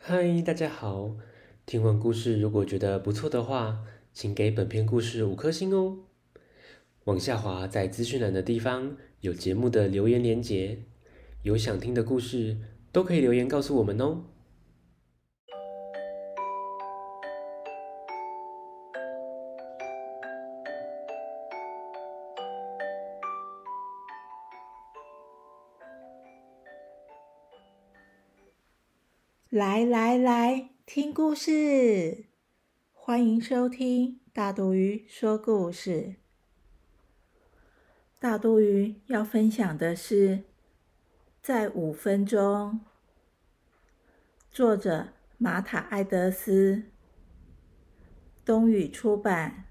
嗨，大家好！听完故事，如果觉得不错的话，请给本篇故事5颗星哦。往下滑，在资讯栏的地方有节目的留言连结，有想听的故事都可以留言告诉我们哦。 来来来，听故事！欢迎收听大肚鱼说故事。大肚鱼要分享的是在5分钟，作者玛塔·艾德斯，东宇出版。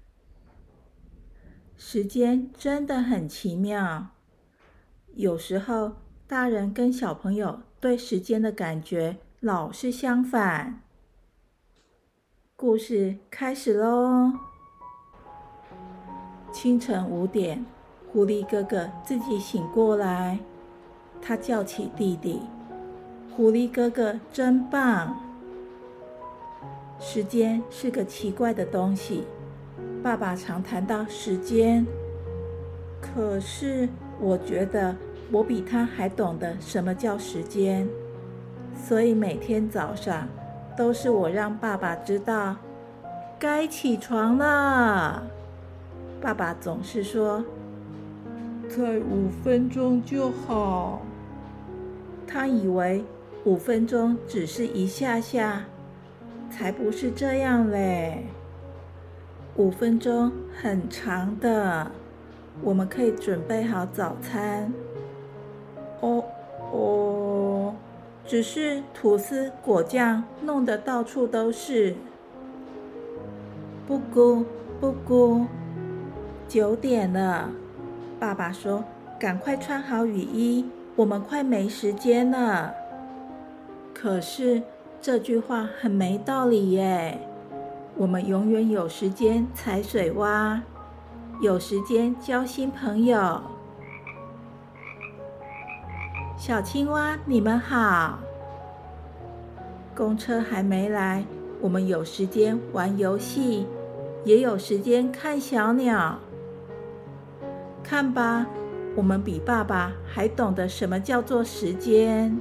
时间真的很奇妙，有时候大人跟小朋友对时间的感觉老是相反。故事开始咯。清晨5点，狐狸哥哥自己醒过来，他叫起弟弟：狐狸哥哥真棒！时间是个奇怪的东西，爸爸常谈到时间，可是我觉得我比他还懂得什么叫时间，所以每天早上都是我让爸爸知道该起床了。爸爸总是说再5分钟就好，他以为5分钟只是一下下，才不是这样嘞。5分钟很长的，我们可以准备好早餐。只是吐司果酱弄得到处都是。不咕不咕，9点了。爸爸说赶快穿好雨衣，我们快没时间了。可是这句话很没道理耶，我们永远有时间踩水洼，有时间交新朋友。小青蛙你们好。公车还没来，我们有时间玩游戏，也有时间看小鸟。看吧，我们比爸爸还懂得什么叫做时间。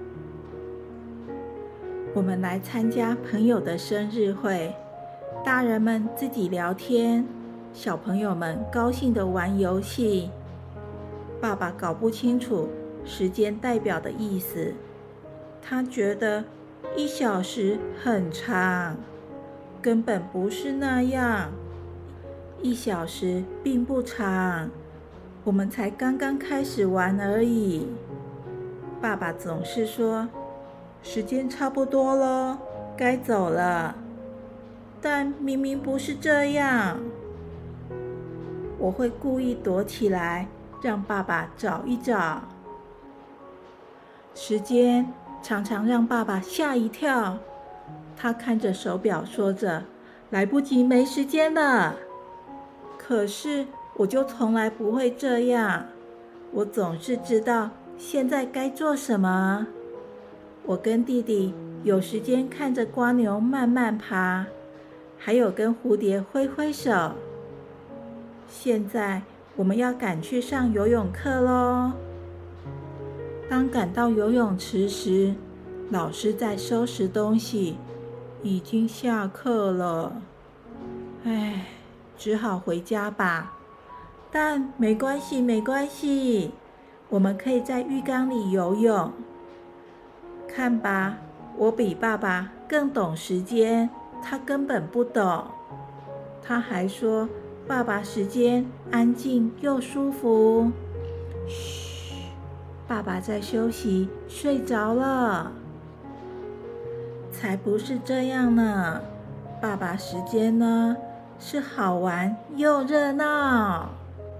我们来参加朋友的生日会，大人们自己聊天，小朋友们高兴地玩游戏。爸爸搞不清楚时间代表的意思，他觉得1小时很长，根本不是那样。1小时并不长，我们才刚刚开始玩而已。爸爸总是说时间差不多了，该走了，但明明不是这样。我会故意躲起来，让爸爸找一找。时间常常让爸爸吓一跳，他看着手表说着来不及，没时间了。可是我就从来不会这样，我总是知道现在该做什么。我跟弟弟有时间看着蝸牛慢慢爬，还有跟蝴蝶挥挥手。现在我们要赶去上游泳课咯。当赶到游泳池时，老师在收拾东西，已经下课了。只好回家吧。但没关系，没关系，我们可以在浴缸里游泳。看吧，我比爸爸更懂时间，他根本不懂。他还说爸爸时间安静又舒服。嘘，爸爸在休息，睡着了。才不是这样呢，爸爸时间呢，是好玩又热闹。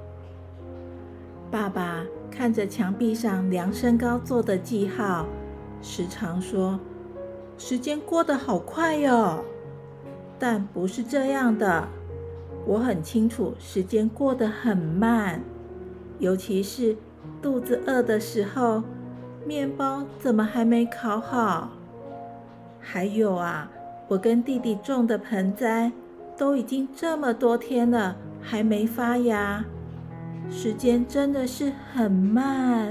爸爸看着墙壁上量身高做的记号，时常说时间过得好快哟。但不是这样的，我很清楚时间过得很慢，尤其是肚子饿的时候，面包怎么还没烤好？ 还有啊，我跟弟弟种的盆栽都已经这么多天了，还没发芽，时间真的是很慢，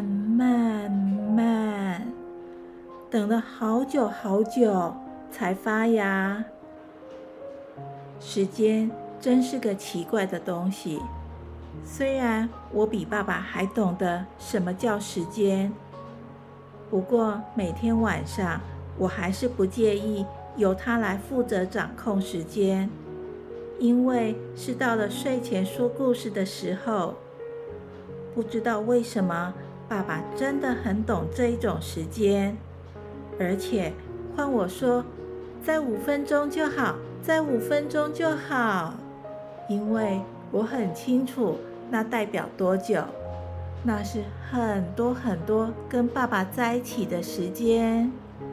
等了好久好久才发芽。时间真是个奇怪的东西，虽然我比爸爸还懂得什么叫时间，不过每天晚上我还是不介意由他来负责掌控时间，因为是到了睡前说故事的时候。不知道为什么爸爸真的很懂这一种时间，而且换我说再5分钟就好，再5分钟就好，因为我很清楚那代表多久，那是很多很多跟爸爸在一起的时间。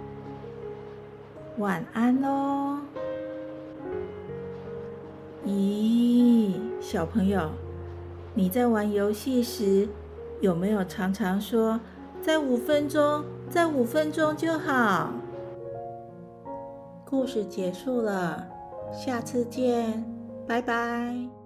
晚安咯。咦，小朋友，你在玩游戏时有没有常常说再5分钟，再5分钟就好？故事结束了，下次见，拜拜。